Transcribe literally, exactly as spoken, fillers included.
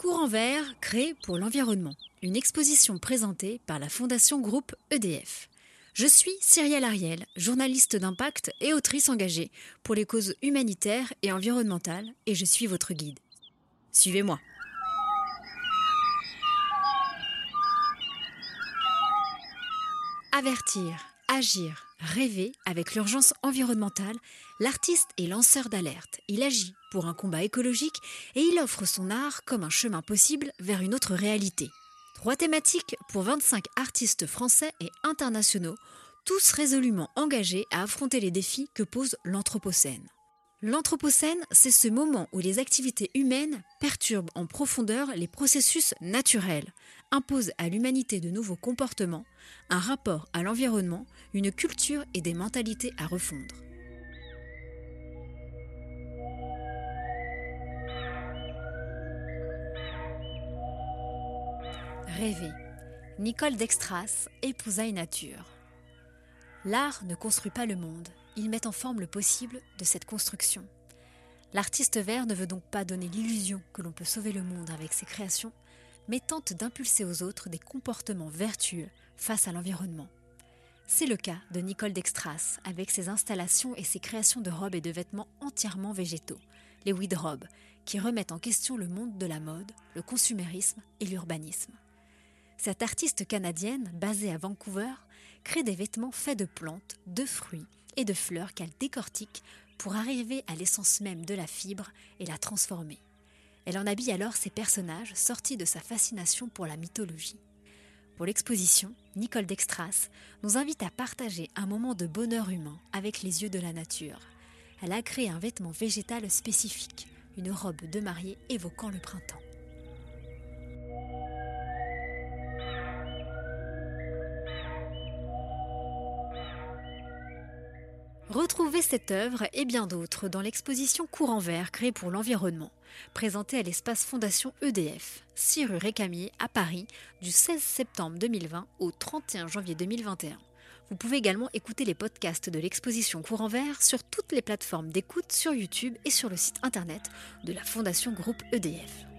Courant vert créé pour l'environnement, une exposition présentée par la Fondation Groupe E D F. Je suis Cyrielle Ariel, journaliste d'impact et autrice engagée pour les causes humanitaires et environnementales, et je suis votre guide. Suivez-moi. Avertir, agir, rêver avec l'urgence environnementale, l'artiste est lanceur d'alerte. Il agit pour un combat écologique et il offre son art comme un chemin possible vers une autre réalité. Trois thématiques pour vingt-cinq artistes français et internationaux, tous résolument engagés à affronter les défis que pose l'Anthropocène. L'Anthropocène, c'est ce moment où les activités humaines perturbent en profondeur les processus naturels, imposent à l'humanité de nouveaux comportements, un rapport à l'environnement, une culture et des mentalités à refondre. Rêver. Nicole Dextras, épousaille nature. L'art ne construit pas le monde, il met en forme le possible de cette construction. L'artiste vert ne veut donc pas donner l'illusion que l'on peut sauver le monde avec ses créations, mais tente d'impulser aux autres des comportements vertueux face à l'environnement. C'est le cas de Nicole Dextras, avec ses installations et ses créations de robes et de vêtements entièrement végétaux, les weed robes, qui remettent en question le monde de la mode, le consumérisme et l'urbanisme. Cette artiste canadienne, basée à Vancouver, crée des vêtements faits de plantes, de fruits et de fleurs qu'elle décortique pour arriver à l'essence même de la fibre et la transformer. Elle en habille alors ses personnages sortis de sa fascination pour la mythologie. Pour l'exposition, Nicole Dextras nous invite à partager un moment de bonheur humain avec les yeux de la nature. Elle a créé un vêtement végétal spécifique, une robe de mariée évoquant le printemps. Retrouvez cette œuvre et bien d'autres dans l'exposition Courant vert créée pour l'environnement, présentée à l'espace Fondation E D F, six rue Récamier à Paris, du seize septembre deux mille vingt au trente et un janvier deux mille vingt et un. Vous pouvez également écouter les podcasts de l'exposition Courant vert sur toutes les plateformes d'écoute sur YouTube et sur le site internet de la Fondation Groupe E D F.